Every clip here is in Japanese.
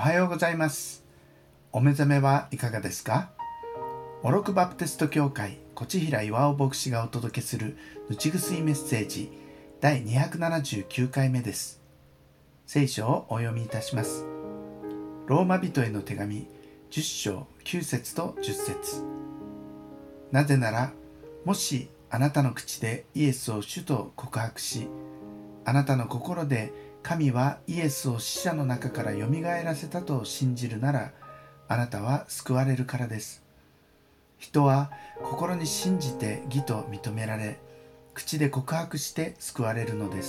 はようございます。お目覚めはいかがですか？モロクバプテスト教会越平巌牧師がお届けするぬちぐすいメッセージ第279回目です。聖書をお読みいたします。ローマ人への手紙10章9節と10節。なぜなら、もしあなたの口でイエスを主と告白し、あなたの心で神はイエスを死者の中からよみがえらせたと信じるなら、あなたは救われるからです。人は心に信じて義と認められ、口で告白して救われるのです。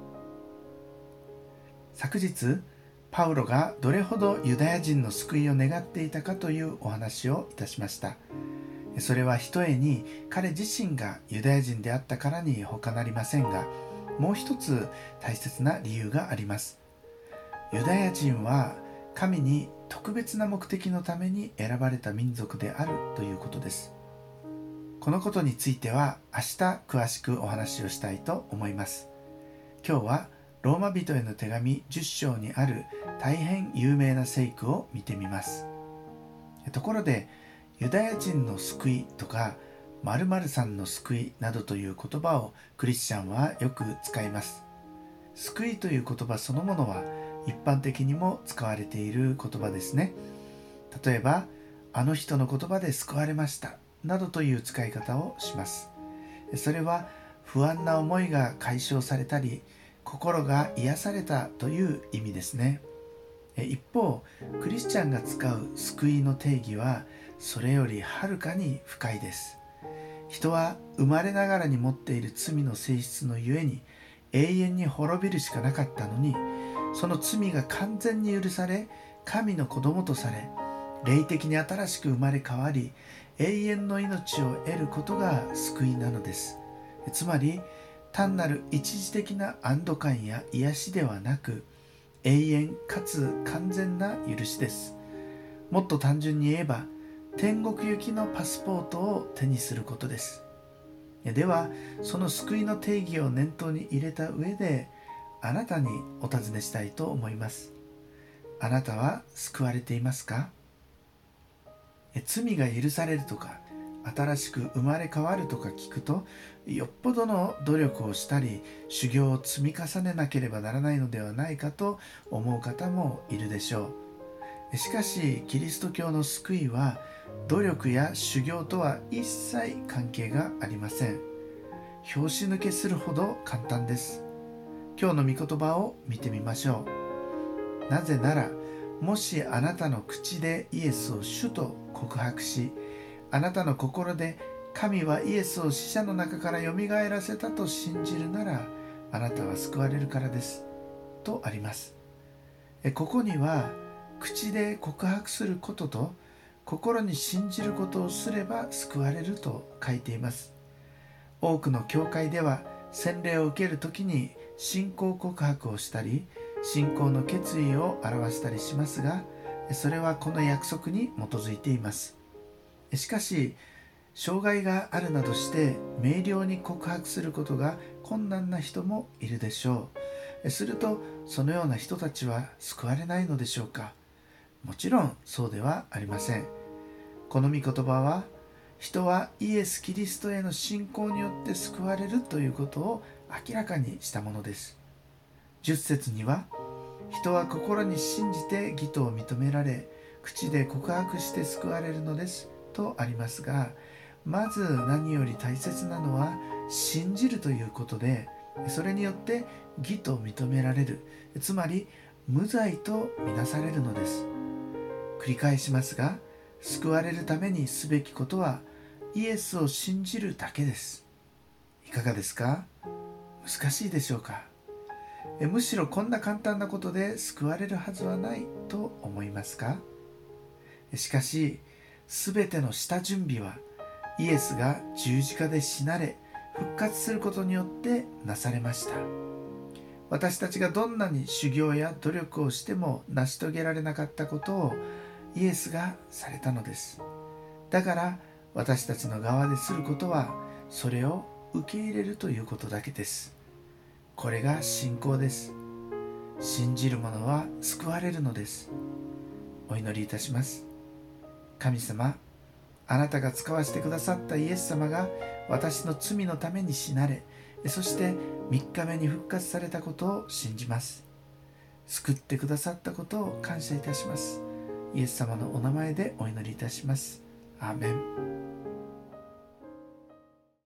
昨日、パウロがどれほどユダヤ人の救いを願っていたかというお話をいたしました。それはひとえに彼自身がユダヤ人であったからに他なりませんが、もう一つ大切な理由があります。ユダヤ人は神に特別な目的のために選ばれた民族であるということです。このことについては明日詳しくお話をしたいと思います。今日はローマ人への手紙10章にある大変有名な聖句を見てみます。ところで、ユダヤ人の救いとか〇〇さんの救いなどという言葉をクリスチャンはよく使います。救いという言葉そのものは一般的にも使われている言葉ですね。例えば、あの人の言葉で救われましたなどという使い方をします。それは不安な思いが解消されたり、心が癒されたという意味ですね。一方、クリスチャンが使う救いの定義はそれよりはるかに深いです。人は生まれながらに持っている罪の性質のゆえに永遠に滅びるしかなかったのに、その罪が完全に許され、神の子供とされ、霊的に新しく生まれ変わり、永遠の命を得ることが救いなのです。つまり、単なる一時的な安堵感や癒しではなく、永遠かつ完全な許しです。もっと単純に言えば、天国行きのパスポートを手にすることです。では、その救いの定義を念頭に入れた上で、あなたにお尋ねしたいと思います。あなたは救われていますか？罪が許されるとか、新しく生まれ変わるとか聞くと、よっぽどの努力をしたり、修行を積み重ねなければならないのではないかと思う方もいるでしょう。しかし、キリスト教の救いは、努力や修行とは一切関係がありません。拍子抜けするほど簡単です。今日の御言葉を見てみましょう。なぜなら、もしあなたの口でイエスを主と告白し、あなたの心で神はイエスを死者の中からよみがえらせたと信じるなら、あなたは救われるからです。とあります。ここには、口で告白することと、心に信じることをすれば救われると書いています。多くの教会では、洗礼を受けるときに信仰告白をしたり、信仰の決意を表したりしますが、それはこの約束に基づいています。しかし、障害があるなどして明瞭に告白することが困難な人もいるでしょう。すると、そのような人たちは救われないのでしょうか？もちろんそうではありません。この御言葉は、人はイエス・キリストへの信仰によって救われるということを明らかにしたものです。10節には、人は心に信じて義とを認められ、口で告白して救われるのですとありますが、まず何より大切なのは信じるということで、それによって義と認められる、つまり無罪とみなされるのです。繰り返しますが、救われるためにすべきことはイエスを信じるだけです。いかがですか？難しいでしょうか？むしろこんな簡単なことで救われるはずはないと思いますか？しかし、すべての下準備はイエスが十字架で死なれ復活することによってなされました。私たちがどんなに修行や努力をしても成し遂げられなかったことをイエスがされたのです。だから私たちの側ですることは、それを受け入れるということだけです。これが信仰です。 信じる者は救われるのです。お祈りいたします。神様、あなたが使わせてくださったイエス様が私の罪のために死なれ、そして3日目に復活されたことを信じます。救ってくださったことを感謝いたします。イエス様のお名前でお祈りいたします。アーメン。